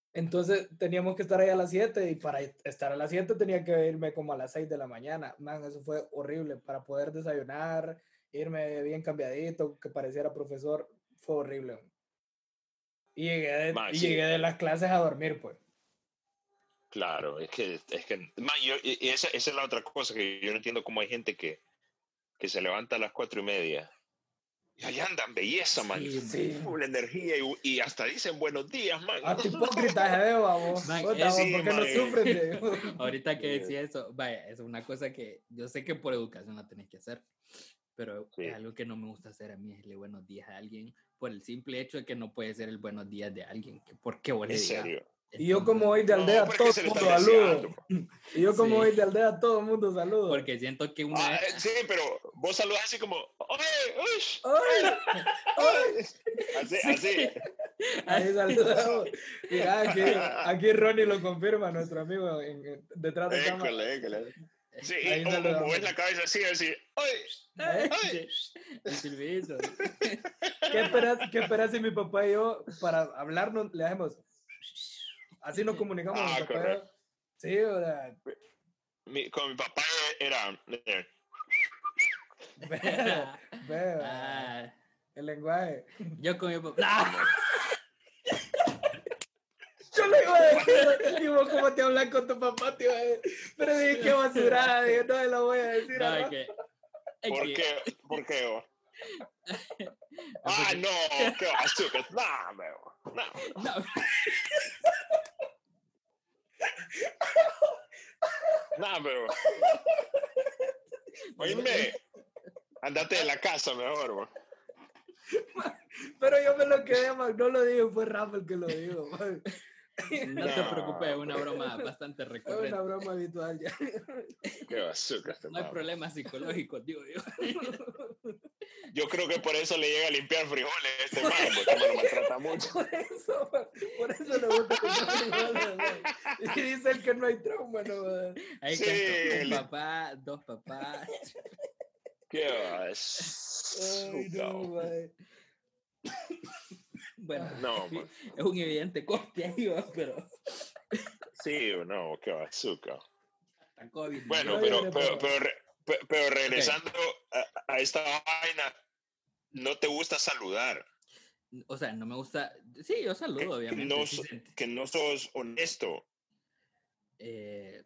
B: Entonces teníamos que estar ahí a las siete y para estar a las siete tenía que irme como a las seis de la mañana. Man, eso fue horrible. Para poder desayunar, irme bien cambiadito, que pareciera profesor, fue horrible. Y llegué de,
C: Man,
B: y
C: sí.
B: llegué de las clases a dormir, pues.
C: Claro, es que, es que man, yo, y y esa, esa es la otra cosa que yo no entiendo cómo hay gente que, que se levanta a las cuatro y media y allá andan belleza, man,
A: Sí,
B: Sí.
C: full energía y, y hasta dicen buenos días, man.
B: Hasta hipócrita se ve, vos.
A: Man,
B: Puta,
A: es-
B: vos,
C: sí,
B: ¿por qué no
C: man.
B: sufren de
A: Ahorita que decía eso, vaya, es una cosa que yo sé que por educación la tenés que hacer, pero
C: Sí.
A: es algo que no me gusta hacer a mí, es darle buenos días a alguien por el simple hecho de que no puede ser el buenos días de alguien, que ¿por qué vos le
C: En
A: digas?
C: serio.
B: Y yo como hoy de
C: No,
B: aldea,
C: pero es
B: todo
C: que se
B: el
C: le
B: mundo
C: están
B: saludo.
C: deseando.
B: Y yo como
A: Sí.
B: hoy de aldea, todo el mundo saludo.
A: Porque siento que una
C: Ah,
A: vez...
C: eh, sí, pero vos saludas así como, oye, ush,
B: ¡Ay!
C: ay. Así,
A: Sí.
C: así.
B: Ahí saludamos. Mira, aquí, aquí Ronnie lo confirma, nuestro amigo en- en- detrás de cámara.
C: École, école. Sí,
B: Ahí
C: y, o, o
B: saludamos.
C: mover la cabeza así, así, oye,
B: ¿Eh?
C: ay.
A: El silbidito.
B: ¿Qué esperas, ¿Qué esperas si mi papá y yo, para hablarnos, le hacemos? Así nos comunicamos.
C: Ah,
B: mi papá y yo.
C: correcto.
B: Sí, o sea,
C: Mi, con mi papá era, eh,
B: ve, ve,
A: Ah,
B: el lenguaje.
A: yo con mi papá...
B: Yo le iba a decir, y vos cómo te hablas con tu papá, te iba a decir. Pero dije, qué basurada, dije, no se lo voy a decir.
A: No,
B: a
A: es
B: Rafa.
A: que... es
C: ¿por
A: que-
C: qué? ¿Por qué? oh? Ah,
A: porque-
C: no, qué azúcar. No, bro. No.
A: No.
C: No, pero. Oíme, andate de la casa mejor, bro.
B: Pero yo me lo quedé, man, no lo digo, fue Rafa el que lo dijo, man.
A: No te
C: No.
A: preocupes, es una broma bastante
B: Es
A: recurrente.
B: una broma habitual ya.
C: Qué azúcar este
A: No hay
C: man.
A: problemas psicológicos, digo yo.
C: Yo creo que por eso le llega a limpiar frijoles a este man, porque me lo maltrata mucho.
B: Por eso, man, por eso le gusta limpiar frijoles, man. Y dice el que no hay trauma, no, man.
A: Ahí
C: Sí,
A: cuento, un
C: el-
A: papá, dos papás.
C: Qué
B: Ay,
C: azúcar.
B: no, man.
A: Bueno,
C: No,
A: sí,
C: man.
A: es un evidente corte ahí, ¿va? Pero
C: Sí, no, qué azúcar.
A: hasta COVID.
C: Bueno,
B: No
C: pero,
B: llores,
C: pero,
B: papá.
C: pero, re- pe- pero regresando a, a esta vaina, no te gusta saludar.
A: O sea, no me gusta. Sí, yo saludo, obviamente.
C: No,
A: sí
C: so-
A: se-
C: que no sos honesto.
A: eh,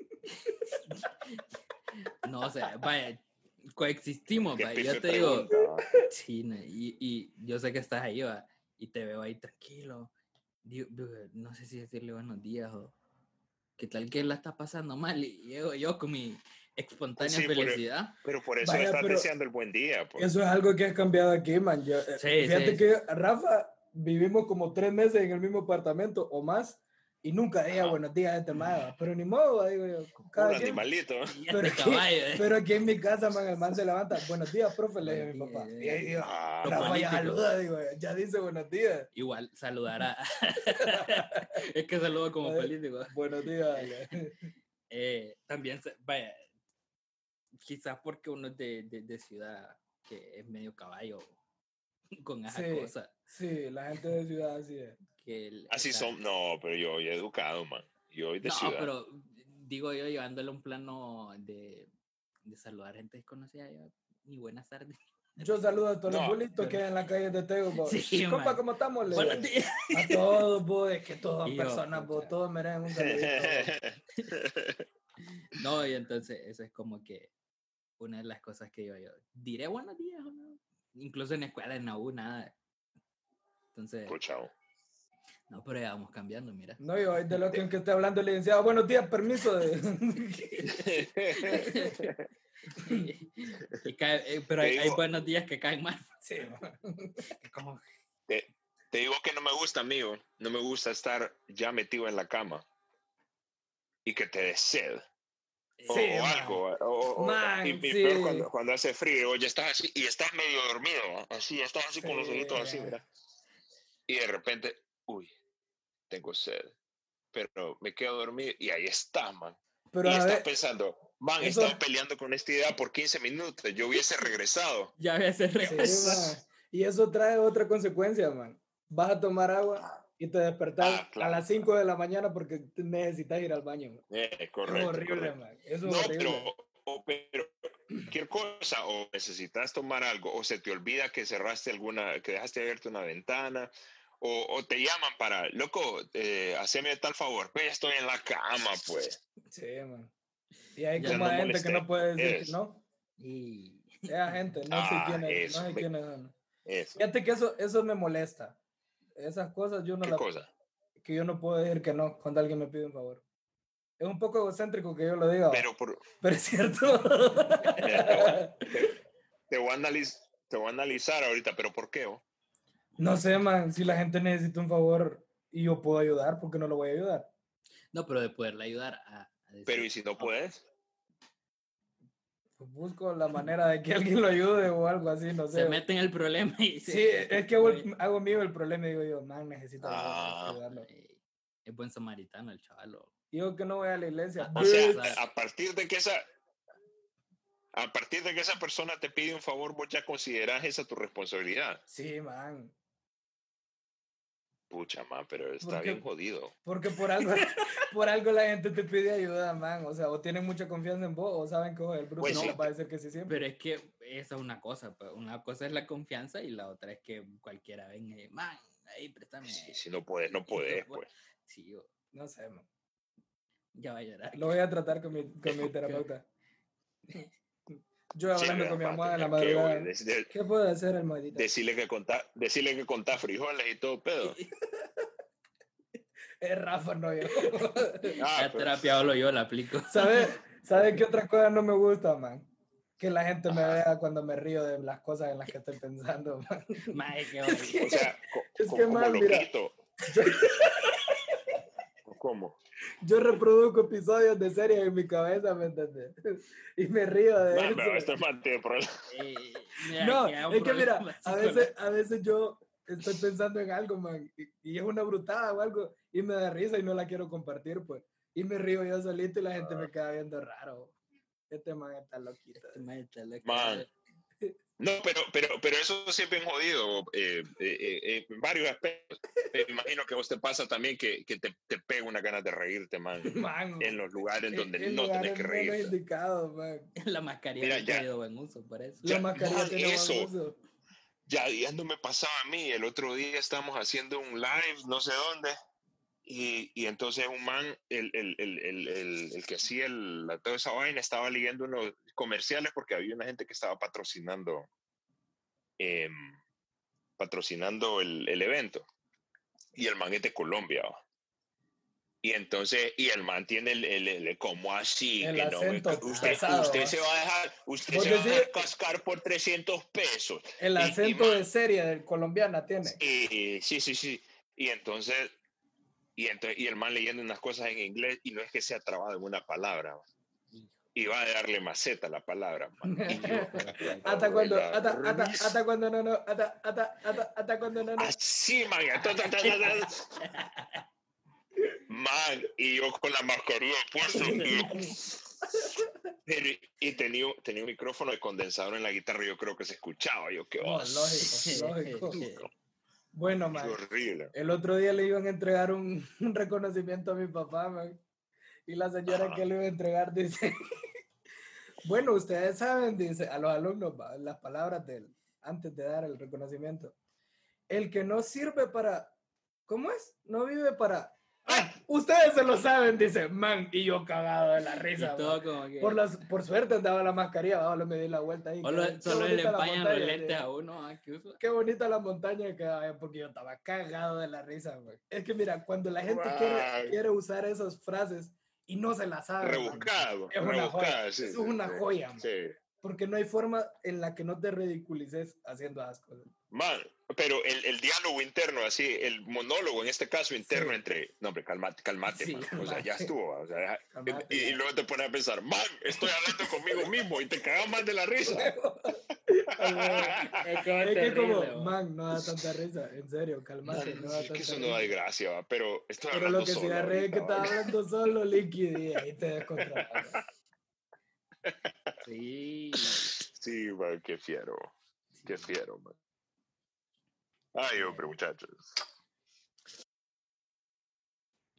A: no, o sea, vaya, coexistimos,
C: Qué
A: vaya. Yo
C: pife
A: te digo,
C: pregunta.
A: sí, no, y, y yo sé que estás ahí, va, y te veo ahí tranquilo. Digo, digo, no sé si decirle buenos días o qué tal que la está pasando mal. Y llego yo con mi espontánea
C: Sí, por-
A: felicidad.
C: Pero por eso
B: Vaya,
C: estás
B: pero-
C: deseando el buen día. Pues.
B: Eso es algo que ha cambiado aquí, man. Yo, eh,
A: Sí,
B: fíjate
A: sí,
B: que Rafa vivimos como tres meses en el mismo apartamento o más y nunca decía
C: Ajá.
B: buenos días a este man, pero ni modo, va, digo yo. Cada
C: Un
B: quien.
C: animalito.
A: Y
B: Pero
A: este
B: aquí,
A: caballo, eh.
B: pero aquí en mi casa, man, el man se levanta. Buenos días, profe, le dije a mi
A: Buenos
B: papá.
A: días,
B: Y ahí digo,
C: Ah,
A: Los
B: Rafa ya
A: políticos.
B: saluda, digo, ya dice buenos días.
A: Igual saludar a. Es que saludo como
B: A ver.
A: político.
B: Buenos días. le-
A: Eh, también, se- vaya, quizás porque uno es de, de, de ciudad que es medio caballo con esa
B: Sí.
A: cosa.
B: Sí, la gente de ciudad así es.
A: Que el-
C: Así
A: o sea,
C: son. No, pero yo hoy he educado, man. Yo hoy de
A: No,
C: ciudad.
A: pero digo yo, llevándole un plano de, de saludar gente desconocida, yo, ni buenas tardes.
B: Yo saludo a todos
C: No,
B: los bolitos
A: pero-
B: que hay en la calle de Tego. bo.
A: Sí,
B: Compa,
A: man.
B: ¿cómo estamos? Le
A: Buenos
B: digo.
A: días.
B: A todos, bo, es que todas
A: Y yo,
B: personas, bo,
A: puta.
B: todos merecen un saludito.
A: No, y entonces eso es como que una de las cosas que yo, yo diré buenos días o no. Incluso en la escuela, en la U, nada. Entonces,
C: Pues, chao.
A: no, pero ya vamos cambiando, mira.
B: No, yo, de lo que, en que esté hablando el licenciado. Buenos días, permiso. De...
A: Y- y cae- eh, pero
C: Te
A: hay, hay
C: digo-
A: buenos días que caen mal.
B: Sí, man.
A: Como,
C: te, te digo que no me gusta, amigo. No me gusta estar ya metido en la cama y que te des sed. O,
B: Sí,
C: o
B: man.
C: algo. O, o-
B: Man,
C: y, y
B: sí.
C: peor cuando, cuando hace frío, o ya estás así y estás medio dormido. ¿va? Así, estás así con los
B: Sí.
C: ojitos así, mira. Y de repente, uy, tengo sed. Pero me quedo dormido y ahí está, man.
B: Pero
C: y
B: a
C: estás
B: ver,
C: pensando, man, he
B: eso-
C: estado peleando con esta idea por quince minutos. Yo hubiese regresado.
A: ya voy a hacer
B: sí, man. Y eso trae otra consecuencia, man. Vas a tomar agua y te despertás
C: Ah, claro,
B: a las cinco de la mañana porque necesitas ir al baño. Man.
C: Eh, correcto,
B: Es horrible,
C: correcto.
B: man. Eso
C: No,
B: es horrible.
C: pero, o- pero cualquier cosa, o necesitas tomar algo, o se te olvida que cerraste alguna, que dejaste abierta una ventana, o, o te llaman para, loco, eh, haceme tal favor, pues ya estoy en la cama, pues.
B: Sí, man. Y hay
A: Ya
B: como
C: no
B: gente que
C: molestes,
B: no puede decir que
C: es.
B: no.
A: Y
B: Esa gente, no sé
C: Ah,
B: quiénes, no
C: eso,
B: sé
C: ve,
B: quiénes son.
C: eso.
B: Fíjate que eso, eso me molesta. Esas cosas yo no
C: ¿Qué
B: las,
C: cosa?
B: que yo no puedo decir que no cuando alguien me pide un favor. Es un poco egocéntrico que yo lo diga,
C: Pero, por,
B: pero es cierto.
C: mira, te voy, te, te voy a analiz- te voy a analizar ahorita, pero ¿por qué? Oh?
B: No sé, man, si la gente necesita un favor y yo puedo ayudar, ¿por qué no lo voy a ayudar?
A: no, pero de poderle ayudar a, a decir,
C: Pero ¿y si no puedes?
B: Pues busco la manera de que alguien lo ayude o algo así, no sé.
A: Se mete en el problema y
B: Sí,
A: se,
B: es que hago, hago mío el problema y digo yo, man, necesito ayuda, hay que
C: Ah,
B: ayudarlo.
A: eh, es buen samaritano el chaval.
B: Digo que no voy a la iglesia.
A: Ah,
C: o sea,
B: bitch.
C: a partir de que esa, a partir de que esa persona te pide un favor, vos ya considerás esa tu responsabilidad.
B: Sí, man.
C: Pucha, man, pero está
B: Porque,
C: bien jodido.
B: porque por algo, por algo la gente te pide ayuda, man. O sea, o tienen mucha confianza en vos, o saben que vos el bruto
C: Pues
B: no
C: sí,
B: les va a decir que sí siempre.
A: Pero es que esa es una cosa, pues, una cosa es la confianza y la otra es que cualquiera venga y, man, ahí préstame.
C: si, si no puedes, no
A: y tú,
C: puedes,
A: pues,
C: pues.
A: sí, yo,
B: No sé, man.
A: ya va a llorar.
B: Lo voy a tratar con mi, con mi terapeuta. Yo
C: Sí,
B: hablando con mi
C: va a
B: almohada en la
C: tener que, güey,
B: madrugada.
C: de- de-
B: ¿Qué puede hacer, almohadita?
C: decirle que contá, decirle que contá frijoles y todo pedo.
B: Es Rafa, no yo.
C: Ah,
A: La
C: pero,
A: terapia solo yo la aplico.
B: ¿Sabe, ¿Sabe qué otra cosa no me gusta, man? Que la gente me
C: ajá.
B: vea cuando me río de las cosas en las que estoy pensando, man.
A: Mae, qué
B: Es que,
C: O sea, co-
B: es
C: co-
B: que
C: como
B: man, mira,
C: loquito.
B: yo,
C: ¿Cómo?
B: yo reproduzco episodios de series en mi cabeza, ¿me entiendes? Y me río de
C: No, pero
B: eso.
C: este man tiene problemas.
A: Eh, mira,
B: No,
A: que hay un
B: es que mira,
A: problema
B: a veces,
A: psicológico.
B: a veces yo estoy pensando en algo, man, y, y es una brutada o algo, y me da risa y no la quiero compartir, pues. Y me río yo solito y la gente me queda viendo raro. Este man está loquito.
A: Este mae está loco.
C: Man. No, pero, pero, pero eso siempre es jodido eh, eh, eh, en varios aspectos. Me imagino que a vos te pasa también que, que te, te pega una ganas de reírte, man,
B: Man,
C: en los lugares
B: en,
C: donde
B: en
C: no tenés
B: lugares
C: que
B: menos
C: reírte.
B: indicados, man.
A: La mascarilla
C: Mira,
A: nunca ha
C: ya,
A: ido buen uso por eso.
B: La
C: ya,
B: mascarilla
C: man,
B: tiene buen
C: eso,
B: uso.
C: ya días no me pasaba a mí. El otro día estábamos haciendo un live, no sé dónde, y, y entonces un man, el, el, el, el, el, el que hacía el, la, toda esa vaina, estaba leyendo unos comerciales porque había una gente que estaba patrocinando, eh, patrocinando el, el evento. Y el man es de Colombia, ¿va? Y entonces, y el man tiene el, el, el ¿cómo así?
B: El
C: Que no me, que
B: acento
C: usted,
B: pesado.
C: usted
B: ¿va?
C: se va a dejar, usted
B: Vos
C: se va a
B: decís,
C: dejar cascar por trescientos pesos.
B: el
C: Y, y
B: acento
C: man,
B: de serie del colombiana tiene.
C: y, sí, sí, sí. Y entonces, y entonces, y el man leyendo unas cosas en inglés y no es que sea trabado en una palabra, ¿va? Y va a darle maceta a la palabra, man. Y yo,
B: hasta
C: güey,
B: cuando,
C: la
B: hasta, hasta,
C: risa.
B: hasta cuando no, no, hasta, hasta, hasta, hasta cuando no, no.
C: Así, man. ta, ta, ta, ta, ta. Man, y yo con la mascarilla puesta y, pero, y tenía, tenía un micrófono de condensador en la guitarra y yo creo que se escuchaba. Yo, qué
B: No, lógico, lógico. Bueno, man,
C: qué horrible.
B: el otro día le iban a entregar un, un reconocimiento a mi papá, man. Y la señora
C: Ajá.
B: que le iba a entregar dice, bueno, ustedes saben, dice a los alumnos, va, las palabras de él, antes de dar el reconocimiento. El que no sirve para, ¿cómo es? No vive para... Ah, ustedes se lo saben, dice, man, y yo cagado de la risa,
A: Y todo
B: man.
A: como que...
B: Por, las, por suerte andaba la mascarilla, abajo me di la vuelta ahí.
A: Solo,
B: Qué,
A: solo
B: qué
A: le
B: bonita la
A: empañan los
B: montaña,
A: lentes
B: tío.
A: a uno. ¿Ah? ¿Qué uso?
B: Qué bonita la montaña que hay, porque yo estaba cagado de la risa, man. Es que mira, cuando la gente
C: Wow.
B: quiere, quiere usar esas frases y no se las sabe, man,
C: Rebuscado,
B: es una joya.
C: rebuscado, sí,
B: Eso
C: sí,
B: es una
C: sí,
B: joya, man.
C: sí.
B: Porque no hay forma en la que no te ridiculices haciendo esas cosas.
C: Man, pero el, el diálogo interno, así, el monólogo en este caso interno
B: Sí.
C: entre, no, hombre, calmate, calmate,
A: Sí,
C: man. O sea,
B: calmate.
C: ya estuvo, o sea,
B: Calmate,
C: y, y
B: ya.
C: luego te pones a pensar, man, estoy hablando conmigo mismo y te cagas más de la risa.
A: Es como
B: Es que
A: terrible,
B: como,
A: man.
B: man, no da tanta risa, en serio, calmate, no da
C: Es que
B: tanta
C: eso no da
B: risa.
C: gracia, va, pero estoy
B: Pero
C: hablando
B: lo que sí
C: solo
B: da risa es que
C: ahorita,
B: estaba
C: va.
B: hablando solo, líquido, y ahí te descontrolas.
A: Sí.
C: Sí, man, qué fiero, qué fiero, man. Ay, hombre, muchachos.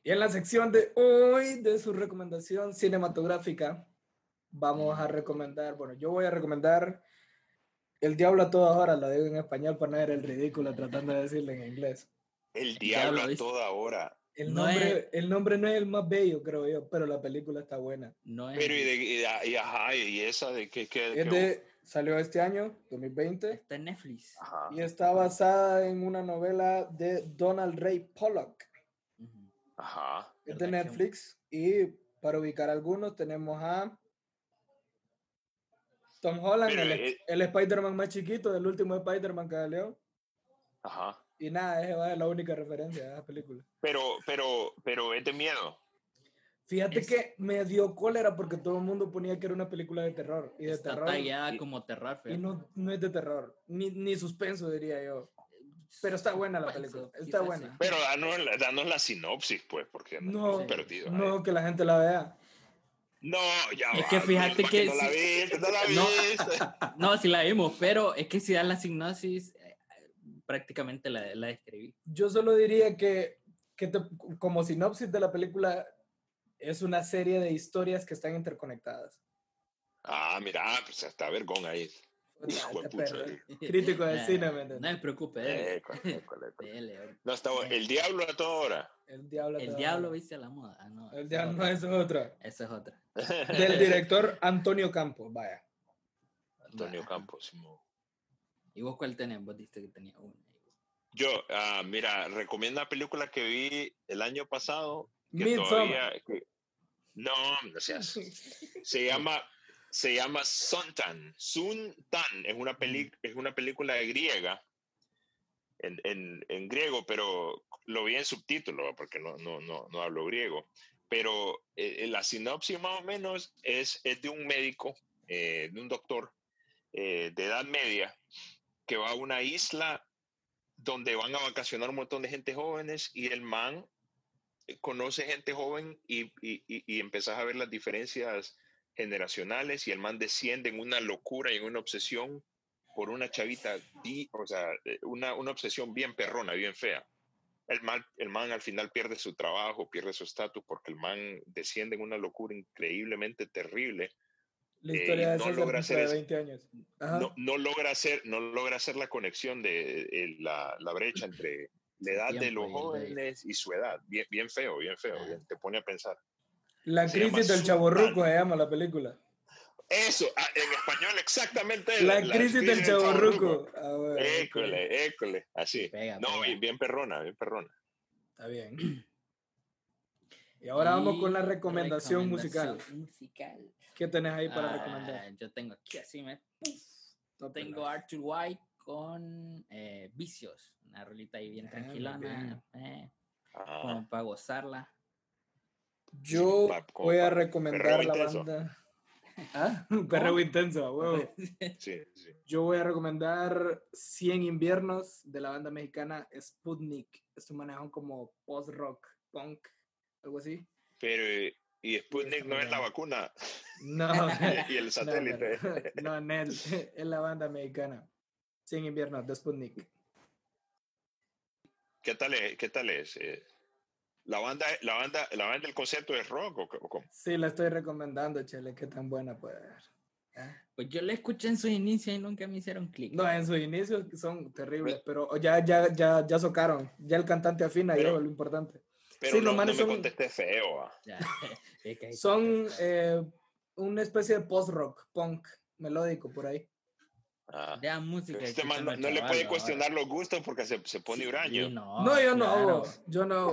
B: Y en la sección de hoy de su recomendación cinematográfica, vamos a recomendar, bueno, yo voy a recomendar El Diablo a toda hora, lo digo en español para no ver el ridículo tratando de decirlo en inglés.
C: El
A: El
C: diablo
A: diablo
C: a
A: es-
C: toda hora.
B: El
A: No
B: nombre,
A: es-
B: el nombre no es el más bello, creo yo, pero la película está buena.
A: No es.
C: Pero y, de, y, de- y ajá, y esa de que, que,
B: Es
C: que-
B: de, salió este año, dos mil veinte,
A: Está en Netflix.
C: ajá.
B: y está basada en una novela de Donald Ray Pollock.
A: Ujú.
C: Ajá.
B: Es de
A: ¿Verdad que-
B: Netflix, y para ubicar algunos tenemos a Tom Holland,
C: Pero,
B: el,
C: eh,
B: el Spider-Man más chiquito, el último Spider-Man que salió.
C: ajá.
B: Y nada, esa es la única referencia a esa película.
C: Pero, pero, pero es de miedo.
B: Fíjate
A: Es-
B: que me dio cólera porque todo el mundo ponía que era una película de terror. Y de
A: Está
B: terror.
A: tagueada
C: y-
A: como terror,
B: Y
A: fíjate.
B: no, no es de terror. Ni, ni suspenso, diría yo. Pero está buena la
A: Suspenso,
B: película. Está
A: quizás
B: buena.
A: sí.
C: Pero danos, la- danos la sinopsis, pues, porque no,
B: No,
C: no perdido.
B: no, que la gente la vea.
C: No, ya
A: Es
C: va.
A: que fíjate
C: ¿para
A: que
C: qué no la
A: sí-
C: viste? No la
A: No.
C: viste.
A: No, sí la vimos, pero es que si das la sinopsis, eh, prácticamente la, la describí.
B: Yo solo diría que, que te- como sinopsis de la película, es una serie de historias que están interconectadas.
C: Ah, mira, pues está vergón ahí. Hijo de
B: Este
C: pucha.
B: perro. Crítico de
A: Eh,
B: cine, ¿me
A: No
B: entiendes?
A: se preocupe, dele.
C: École, école, école.
A: Dele, ahorita.
C: No, está bu-
A: Eh,
C: el diablo a toda hora.
B: El diablo.
A: El
B: te va-
A: diablo viste a la moda. Ah, no,
B: El
A: esa
B: diablo,
A: es
B: no,
A: otra.
B: eso es otra.
A: Esa es otra.
B: Del director Antonio Campos, vaya.
C: Antonio
A: Va.
C: Campos. Simón.
A: ¿Y vos cuál tenés? Vos diste que tenía una.
C: Yo, ah, mira, recomiendo una película que vi el año pasado que
B: Midsommar.
C: todavía. que- no, no seas. Se llama, se llama Suntan. Suntan es una, peli, es una película griega, en, en, en griego, pero lo vi en subtítulo porque no, no, no, no hablo griego. Pero eh, la sinopsis más o menos es, es de un médico, eh, de un doctor eh, de edad media que va a una isla donde van a vacacionar un montón de gente jóvenes y el man conoce gente joven y, y, y, y empezás a ver las diferencias generacionales y el man desciende en una locura y en una obsesión por una chavita, di, o sea, una, una obsesión bien perrona, bien fea. El man, el man al final pierde su trabajo, pierde su estatus porque el man desciende en una locura increíblemente terrible.
B: La
C: eh,
B: historia
C: y
B: de
C: no
B: César
C: logra
B: dentro
C: hacer
B: de
C: es-
B: veinte años. Ajá.
C: no, no logra hacer no logra hacer la conexión de eh, la, la brecha entre la
A: Su
C: edad de
A: tiempo
C: los
A: y el de ellos.
C: jóvenes y su edad. Bien, bien feo, bien feo.
A: Ah.
C: bien- te pone a pensar.
B: La
C: Se llama
B: crisis del
C: Sultan.
B: chavorruco se llama la película.
C: Eso, ah, en español exactamente.
B: La
C: la
B: crisis del chavorruco. Ah, bueno, ok.
C: École, école, así.
A: Sí, pega,
C: no,
A: pega.
C: bien, bien perrona, bien perrona.
B: Está bien. Y ahora vamos con la
A: Y
B: recomendación musical.
A: musical.
B: ¿Qué tenés ahí para
A: Ah,
B: recomendar?
A: Yo tengo aquí así, me
B: Tópela.
A: tengo Arthur White con eh, Vicios, una rolita ahí bien
B: Ah,
A: tranquilona, eh,
C: Ajá.
A: como para gozarla.
B: Yo
C: Va, como
B: voy a
C: pa-
B: recomendar
C: perreo
B: la
C: intenso.
B: banda. ¿Ah? Un perreo intenso, a huevo.
C: Sí, sí.
B: Yo voy a recomendar cien inviernos de la banda mexicana Sputnik. Esto manejan como post-rock, punk, algo así.
C: Pero, eh, y Sputnik
B: está
C: no es la
B: bueno.
C: vacuna.
B: No,
C: y, y el satélite.
B: no, pero- no, Nel, es la banda mexicana. cien inviernos de Sputnik.
C: ¿Qué tal es? ¿Qué tal es? Eh, la banda, la banda, la banda del concepto es rock o, o cómo?
B: Sí, la estoy recomendando, chele, qué tan buena puede ser. ¿Ah?
A: Pues yo la escuché en sus inicios y nunca me hicieron clic.
B: No, en sus inicios son terribles, pero ya, ya, ya, ya socaron. Ya el cantante afina,
C: Pero-
B: yo, lo importante.
C: Pero
B: Sí, los
C: no, no
B: manes
C: me
B: son-
C: contesté feo. ah.
A: Ya, es que ahí
B: Son
A: está.
B: eh, una especie de post-rock, punk, melódico por ahí.
C: Ah.
A: Ya música.
C: Este
A: que
C: man no,
A: escuchan
C: no
A: los
C: le puede
A: chavalos
C: cuestionar
A: ahora.
C: los gustos porque se, se pone
A: Sí,
C: huraño.
A: no,
B: No, yo no
A: claro.
B: hago, yo no hago.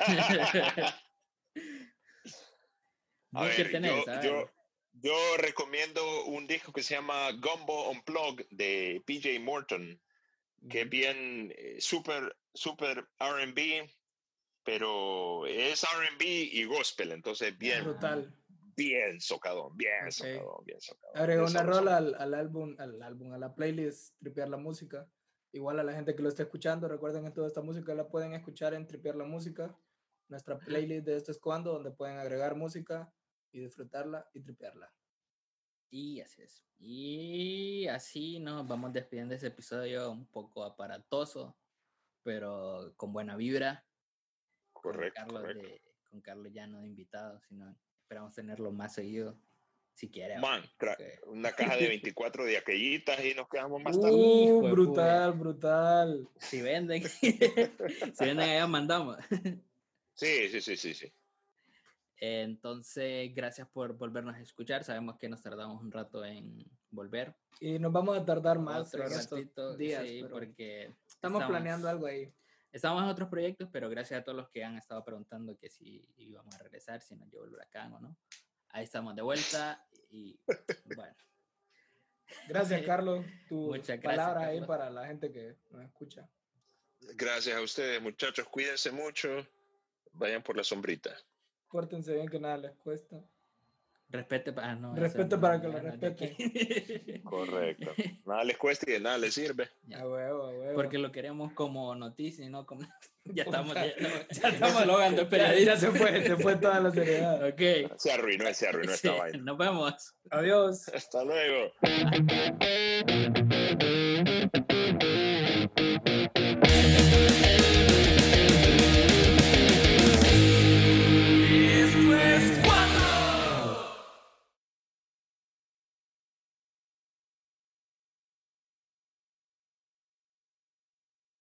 C: A
A: ¿Vos qué
C: ver,
A: tenés?
C: yo,
A: A ver.
C: yo, yo recomiendo un disco que se llama Gumbo Unplugged de P J Morton, que es bien eh, súper, súper R and B, pero es R and B y gospel, entonces bien,
B: Brutal.
C: bien socadón, bien
B: Ok.
C: socadón, bien socadón.
B: Agregó
C: bien
B: una
C: sabrosón.
B: rola al, al álbum, al álbum, a la playlist, Tripear la Música. Igual a la gente que lo esté escuchando, recuerden que toda esta música la pueden escuchar en Tripear la Música, nuestra playlist de Esto es Cuando, donde pueden agregar música y disfrutarla y tripearla.
A: Y así es. Y así nos vamos despidiendo de ese episodio un poco aparatoso, pero con buena vibra. Con
C: Correcto,
A: Carlos
C: correcto.
A: de, con Carlos ya no de invitado, sino esperamos tenerlo más seguido, si quiere.
C: Man,
A: porque...
C: una caja de veinticuatro de aquellitas y nos quedamos más
B: Uh,
C: tarde.
A: Hijo de
B: brutal,
A: puta.
B: brutal.
A: Si venden, si venden allá mandamos.
C: Sí, sí, sí, sí, sí.
A: Entonces, gracias por volvernos a escuchar. Sabemos que nos tardamos un rato en volver.
B: Y nos vamos a tardar más
A: Otro
B: en estos
A: ratito,
B: días,
A: sí,
B: pero
A: porque
B: estamos,
A: estamos
B: planeando algo ahí.
A: Estamos en otros proyectos, pero gracias a todos los que han estado preguntando que si íbamos a regresar, si nos llevó el huracán o no. Ahí estamos de vuelta y bueno.
B: Gracias, Carlos. Tu
A: Muchas gracias,
B: palabra ahí
A: Carlos.
B: para la gente que nos escucha.
C: Gracias a ustedes, muchachos. Cuídense mucho. Vayan por la sombrita.
B: Pórtense bien, que nada les cuesta.
A: Respete para no.
B: Respete
A: no,
B: para
A: no,
B: que
A: no,
B: lo
A: no,
B: respeten.
C: Correcto. Nada les cuesta y de nada les sirve.
B: A huevo, a huevo.
A: Porque lo queremos como noticia y no como. Ya estamos.
B: Puta.
A: Ya, no, ya estamos eslogan de
B: Ya,
A: periodista.
B: ya se fue, se fue toda la seriedad.
A: Ok.
C: Se arruinó, se arruinó
A: Sí,
C: esta vaina.
A: nos vemos.
B: Adiós.
C: Hasta luego.